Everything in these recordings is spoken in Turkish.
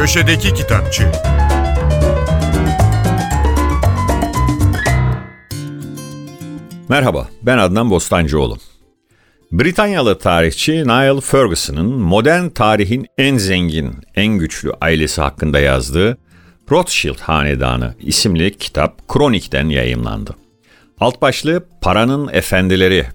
Köşedeki Kitapçı. Merhaba, ben Adnan Bostancıoğlu. Britanyalı tarihçi Niall Ferguson'ın modern tarihin en zengin, en güçlü ailesi hakkında yazdığı Rothschild Hanedanı isimli kitap Kronik'ten yayımlandı. Alt başlığı Paranın Efendileri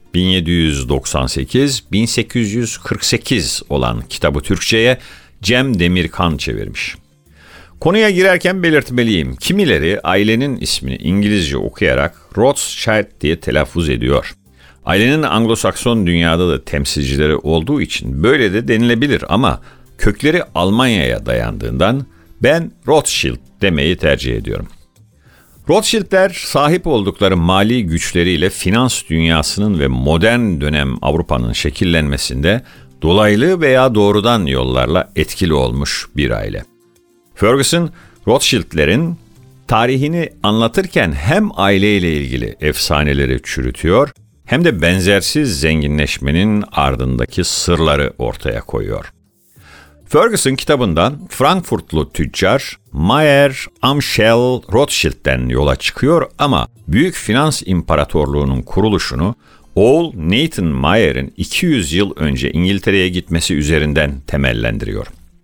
1798-1848 olan kitabı Türkçe'ye Cem Demirkan çevirmiş. Konuya girerken belirtmeliyim. Kimileri ailenin ismini İngilizce okuyarak Rothschild diye telaffuz ediyor. Ailenin Anglo-Sakson dünyada da temsilcileri olduğu için böyle de denilebilir ama kökleri Almanya'ya dayandığından ben Rothschild demeyi tercih ediyorum. Rothschildler sahip oldukları mali güçleriyle finans dünyasının ve modern dönem Avrupa'nın şekillenmesinde dolaylı veya doğrudan yollarla etkili olmuş bir aile. Ferguson, Rothschildlerin tarihini anlatırken hem aileyle ilgili efsaneleri çürütüyor hem de benzersiz zenginleşmenin ardındaki sırları ortaya koyuyor. Ferguson kitabında Frankfurtlu tüccar Mayer Amschel Rothschild'den yola çıkıyor ama Büyük Finans İmparatorluğu'nun kuruluşunu oğul Nathan Mayer'in 200 yıl önce İngiltere'ye gitmesi üzerinden temellendiriyor.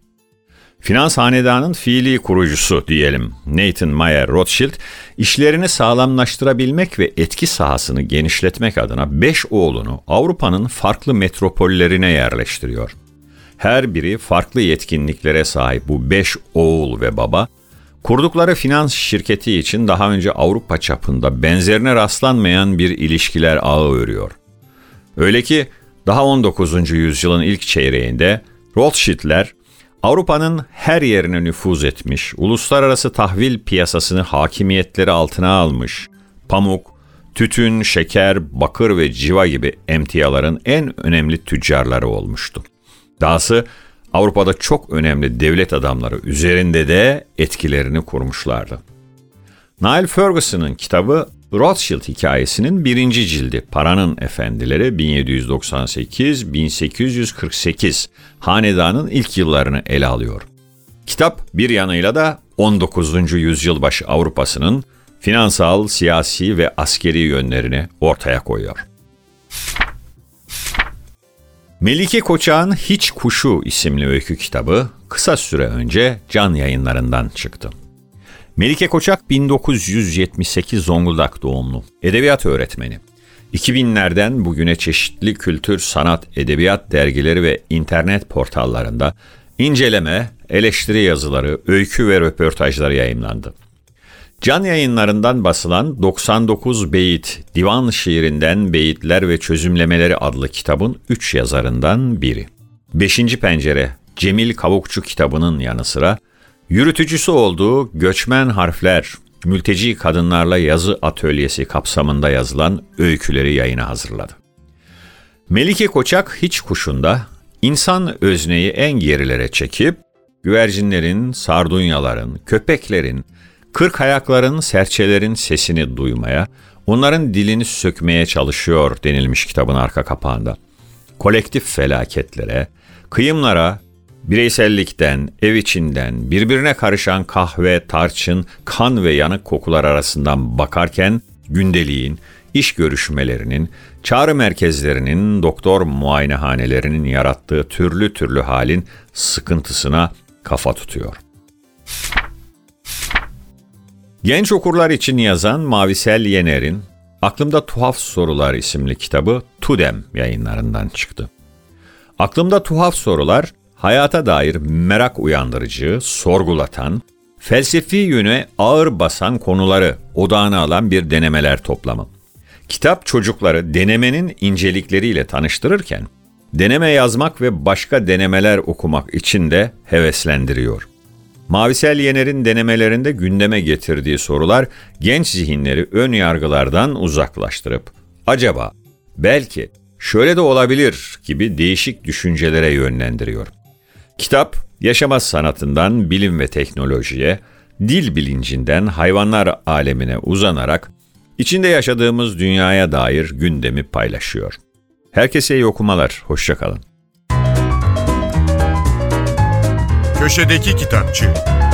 Finans hanedanın fiili kurucusu diyelim Nathan Mayer Rothschild, işlerini sağlamlaştırabilmek ve etki sahasını genişletmek adına 5 oğlunu Avrupa'nın farklı metropollerine yerleştiriyor. Her biri farklı yetkinliklere sahip bu 5 oğul ve baba, kurdukları finans şirketi için daha önce Avrupa çapında benzerine rastlanmayan bir ilişkiler ağı örüyor. Öyle ki daha 19. yüzyılın ilk çeyreğinde Rothschildler, Avrupa'nın her yerine nüfuz etmiş, uluslararası tahvil piyasasını hakimiyetleri altına almış, pamuk, tütün, şeker, bakır ve civa gibi emtiaların en önemli tüccarları olmuştu. Dahası Avrupa'da çok önemli devlet adamları üzerinde de etkilerini kurmuşlardı. Niall Ferguson'ın kitabı Rothschild hikayesinin 1. cildi Paranın Efendileri 1798-1848 hanedanın ilk yıllarını ele alıyor. Kitap bir yanıyla da 19. yüzyıl başı Avrupa'sının finansal, siyasi ve askeri yönlerini ortaya koyuyor. Melike Koçak'ın Hiç Kuşu isimli öykü kitabı kısa süre önce Can Yayınları'ndan çıktı. Melike Koçak 1978 Zonguldak doğumlu, edebiyat öğretmeni. 2000'lerden bugüne çeşitli kültür, sanat, edebiyat dergileri ve internet portallarında inceleme, eleştiri yazıları, öykü ve röportajları yayımlandı. Can Yayınları'ndan basılan 99 Beyit, Divan Şiirinden Beyitler ve Çözümlemeleri adlı kitabın 3 yazarından biri. 5. Pencere, Cemil Kavukçu kitabının yanı sıra yürütücüsü olduğu Göçmen Harfler, Mülteci Kadınlarla Yazı Atölyesi kapsamında yazılan öyküleri yayına hazırladı. Melike Koçak Hiç Kuşu'nda insan özneyi en gerilere çekip güvercinlerin, sardunyaların, köpeklerin, kırkayakların, serçelerin sesini duymaya, onların dilini sökmeye çalışıyor denilmiş kitabın arka kapağında. Kolektif felaketlere, kıyımlara, bireysellikten, ev içinden, birbirine karışan kahve, tarçın, kan ve yanık kokular arasından bakarken gündeliğin, iş görüşmelerinin, çağrı merkezlerinin, doktor muayenehanelerinin yarattığı türlü türlü halin sıkıntısına kafa tutuyor. Genç okurlar için yazan Mavisel Yener'in Aklımda Tuhaf Sorular isimli kitabı TÜDEM yayınlarından çıktı. Aklımda Tuhaf Sorular, hayata dair merak uyandırıcı, sorgulatan, felsefi yöne ağır basan konuları odağına alan bir denemeler toplamı. Kitap çocukları denemenin incelikleriyle tanıştırırken, deneme yazmak ve başka denemeler okumak için de heveslendiriyor. Mavisel Yener'in denemelerinde gündeme getirdiği sorular genç zihinleri ön yargılardan uzaklaştırıp acaba, belki, şöyle de olabilir gibi değişik düşüncelere yönlendiriyor. Kitap, yaşama sanatından bilim ve teknolojiye, dil bilincinden hayvanlar alemine uzanarak içinde yaşadığımız dünyaya dair gündemi paylaşıyor. Herkese iyi okumalar, hoşça kalın. Köşedeki Kitapçı.